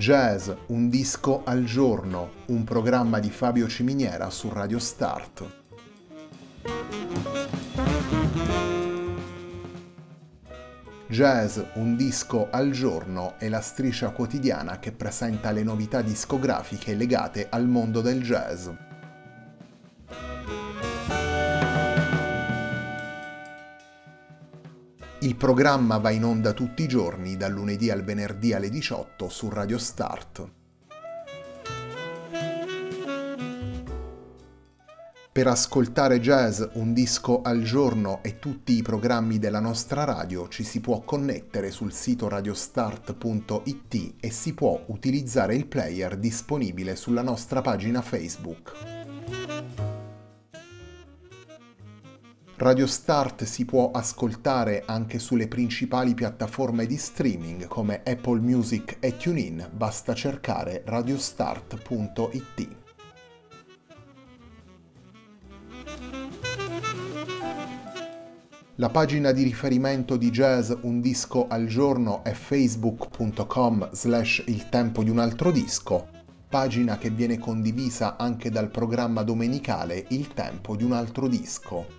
Jazz, un disco al giorno, un programma di Fabio Ciminiera su Radio Start. Jazz, un disco al giorno è la striscia quotidiana che presenta le novità discografiche legate al mondo del jazz. Il programma va in onda tutti i giorni, dal lunedì al venerdì alle 18 su Radio Start. Per ascoltare Jazz, un disco al giorno e tutti i programmi della nostra radio ci si può connettere sul sito radiostart.it e si può utilizzare il player disponibile sulla nostra pagina Facebook. Radio Start si può ascoltare anche sulle principali piattaforme di streaming come Apple Music e TuneIn, basta cercare radiostart.it. La pagina di riferimento di Jazz Un Disco al Giorno è facebook.com/il tempo di un altro disco, pagina che viene condivisa anche dal programma domenicale Il tempo di un altro disco.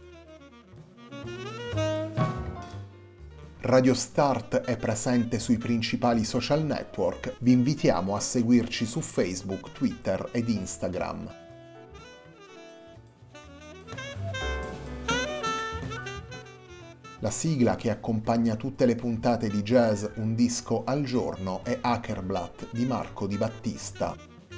Radio Start è presente sui principali social network, vi invitiamo a seguirci su Facebook, Twitter ed Instagram. La sigla che accompagna tutte le puntate di Jazz Un Disco al Giorno è Hackerblatt di Marco Di Battista.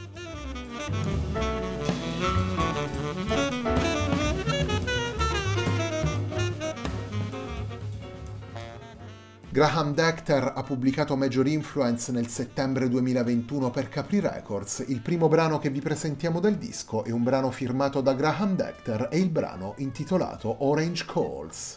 Graham Decter ha pubblicato Major Influence nel settembre 2021 per Capri Records. Il primo brano che vi presentiamo del disco è un brano firmato da Graham Decter e il brano intitolato Orange Calls.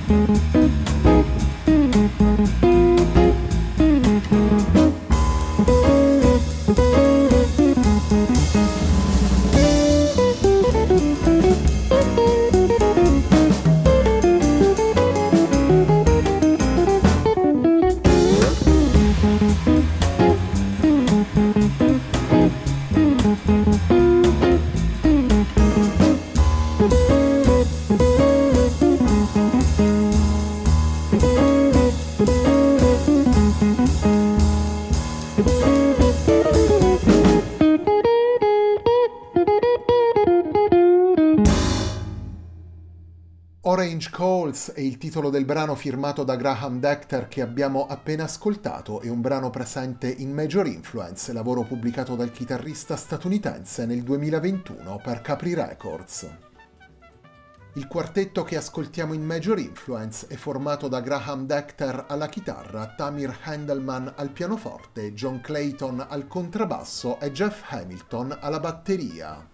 Orange Calls è il titolo del brano firmato da Graham Decter che abbiamo appena ascoltato, è un brano presente in Major Influence, lavoro pubblicato dal chitarrista statunitense nel 2021 per Capri Records. Il quartetto che ascoltiamo in Major Influence è formato da Graham Decter alla chitarra, Tamir Handelman al pianoforte, John Clayton al contrabbasso e Jeff Hamilton alla batteria.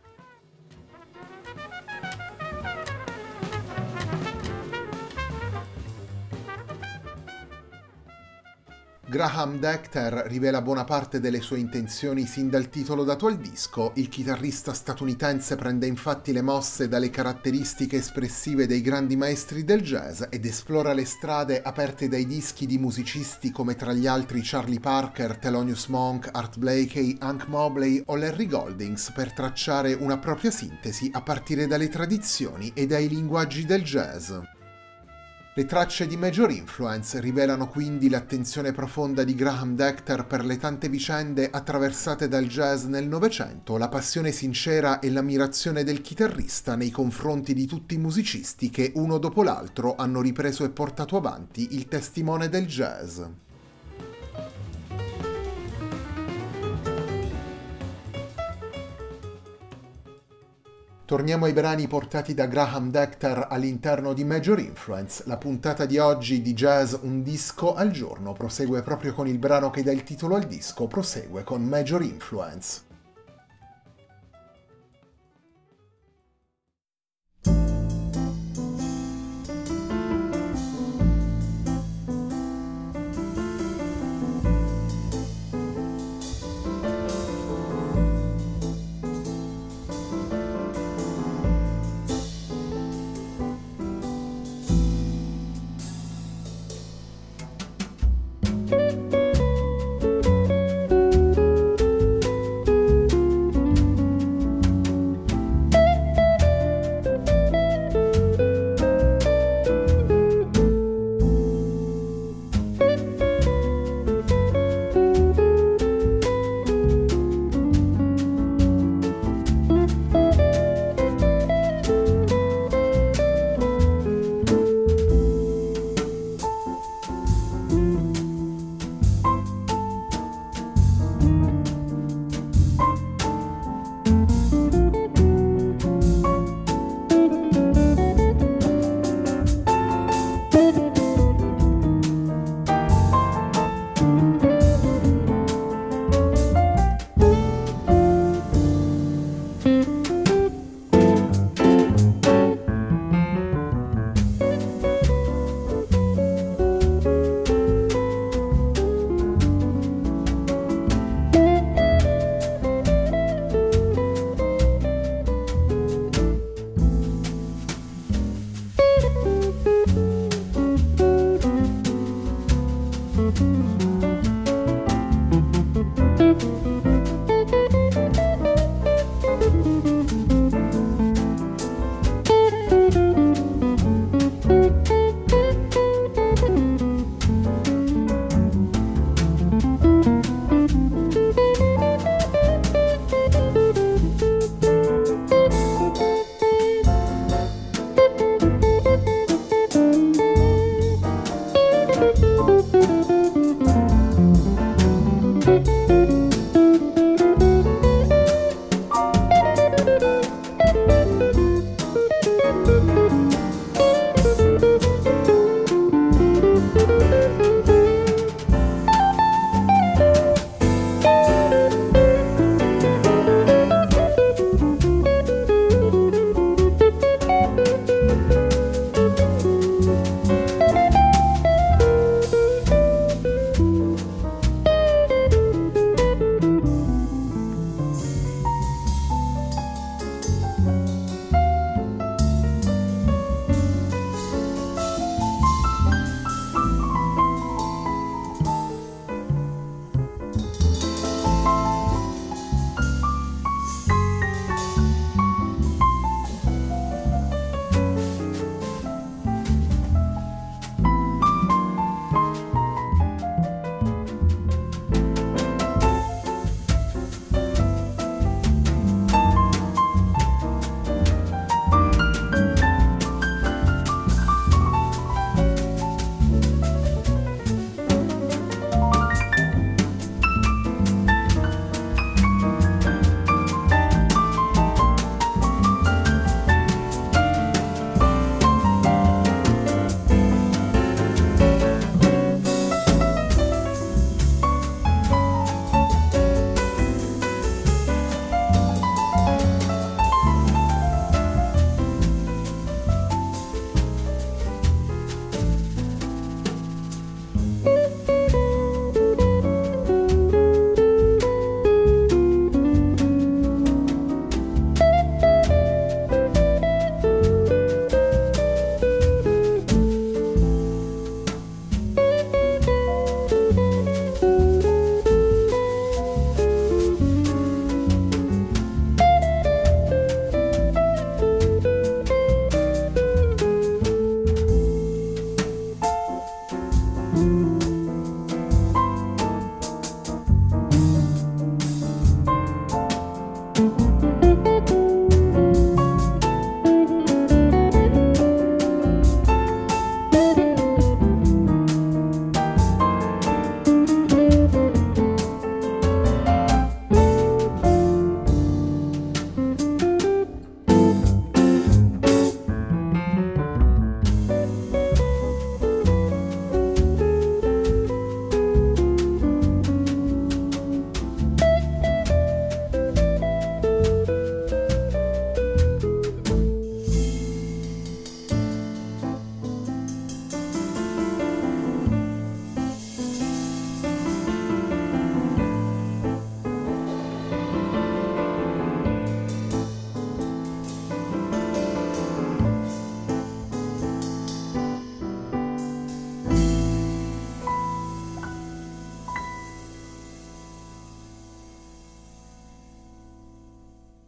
Graham Decter rivela buona parte delle sue intenzioni sin dal titolo dato al disco. Il chitarrista statunitense prende infatti le mosse dalle caratteristiche espressive dei grandi maestri del jazz ed esplora le strade aperte dai dischi di musicisti come tra gli altri Charlie Parker, Thelonious Monk, Art Blakey, Hank Mobley o Larry Goldings per tracciare una propria sintesi a partire dalle tradizioni e dai linguaggi del jazz. Le tracce di Major Influence rivelano quindi l'attenzione profonda di Graham Decter per le tante vicende attraversate dal jazz nel Novecento, la passione sincera e l'ammirazione del chitarrista nei confronti di tutti i musicisti che uno dopo l'altro hanno ripreso e portato avanti il testimone del jazz. Torniamo ai brani portati da Graham Decter all'interno di Major Influence. La puntata di oggi di Jazz Un disco al giorno prosegue proprio con il brano che dà il titolo al disco, prosegue con Major Influence.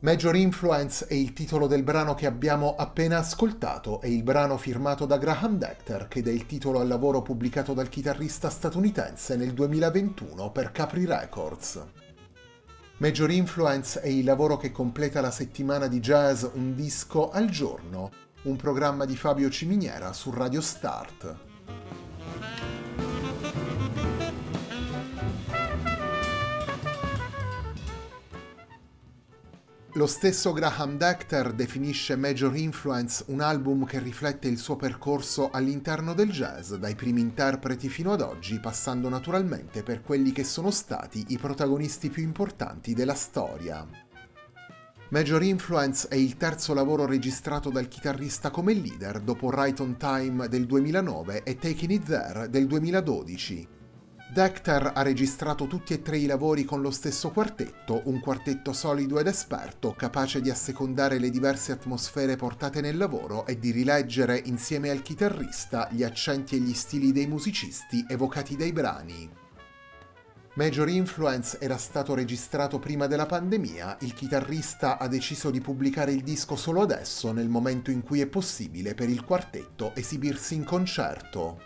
Major Influence è il titolo del brano che abbiamo appena ascoltato, è il brano firmato da Graham Decter che dà il titolo al lavoro pubblicato dal chitarrista statunitense nel 2021 per Capri Records. Major Influence è il lavoro che completa la settimana di jazz Un disco al giorno, un programma di Fabio Ciminiera su Radio Start. Lo stesso Graham Decter definisce Major Influence un album che riflette il suo percorso all'interno del jazz, dai primi interpreti fino ad oggi, passando naturalmente per quelli che sono stati i protagonisti più importanti della storia. Major Influence è il terzo lavoro registrato dal chitarrista come leader dopo Right on Time del 2009 e Taking It There del 2012. Decter ha registrato tutti e tre i lavori con lo stesso quartetto, un quartetto solido ed esperto, capace di assecondare le diverse atmosfere portate nel lavoro e di rileggere insieme al chitarrista gli accenti e gli stili dei musicisti evocati dai brani. Major Influence era stato registrato prima della pandemia, il chitarrista ha deciso di pubblicare il disco solo adesso, nel momento in cui è possibile per il quartetto esibirsi in concerto.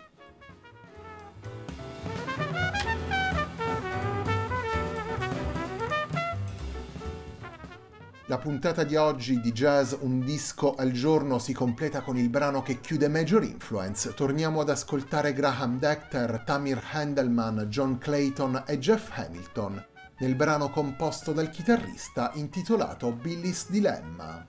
La puntata di oggi di Jazz Un disco al giorno si completa con il brano che chiude Major Influence. Torniamo ad ascoltare Graham Decter, Tamir Handelman, John Clayton e Jeff Hamilton nel brano composto dal chitarrista intitolato Billy's Dilemma.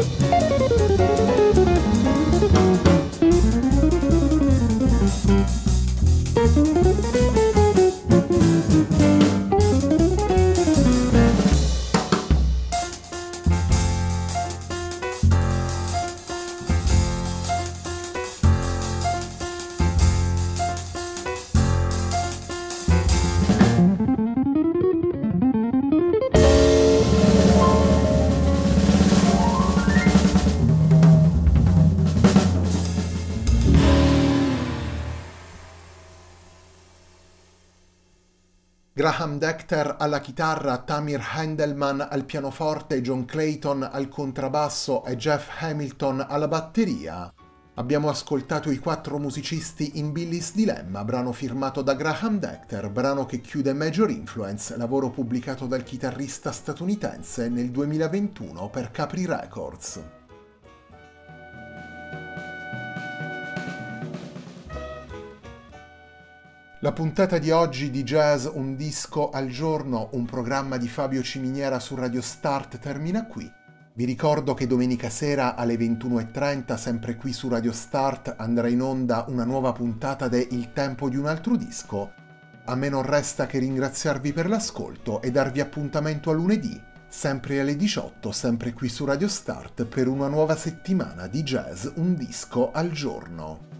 Graham Decter alla chitarra, Tamir Handelman al pianoforte, John Clayton al contrabbasso e Jeff Hamilton alla batteria. Abbiamo ascoltato i 4 musicisti in Billy's Dilemma, brano firmato da Graham Decter, brano che chiude Major Influence, lavoro pubblicato dal chitarrista statunitense nel 2021 per Capri Records. La puntata di oggi di Jazz Un disco al giorno, un programma di Fabio Ciminiera su Radio Start, termina qui. Vi ricordo che domenica sera alle 21:30, sempre qui su Radio Start, andrà in onda una nuova puntata de Il tempo di un altro disco. A me non resta che ringraziarvi per l'ascolto e darvi appuntamento a lunedì, sempre alle 18, sempre qui su Radio Start, per una nuova settimana di Jazz Un disco al giorno.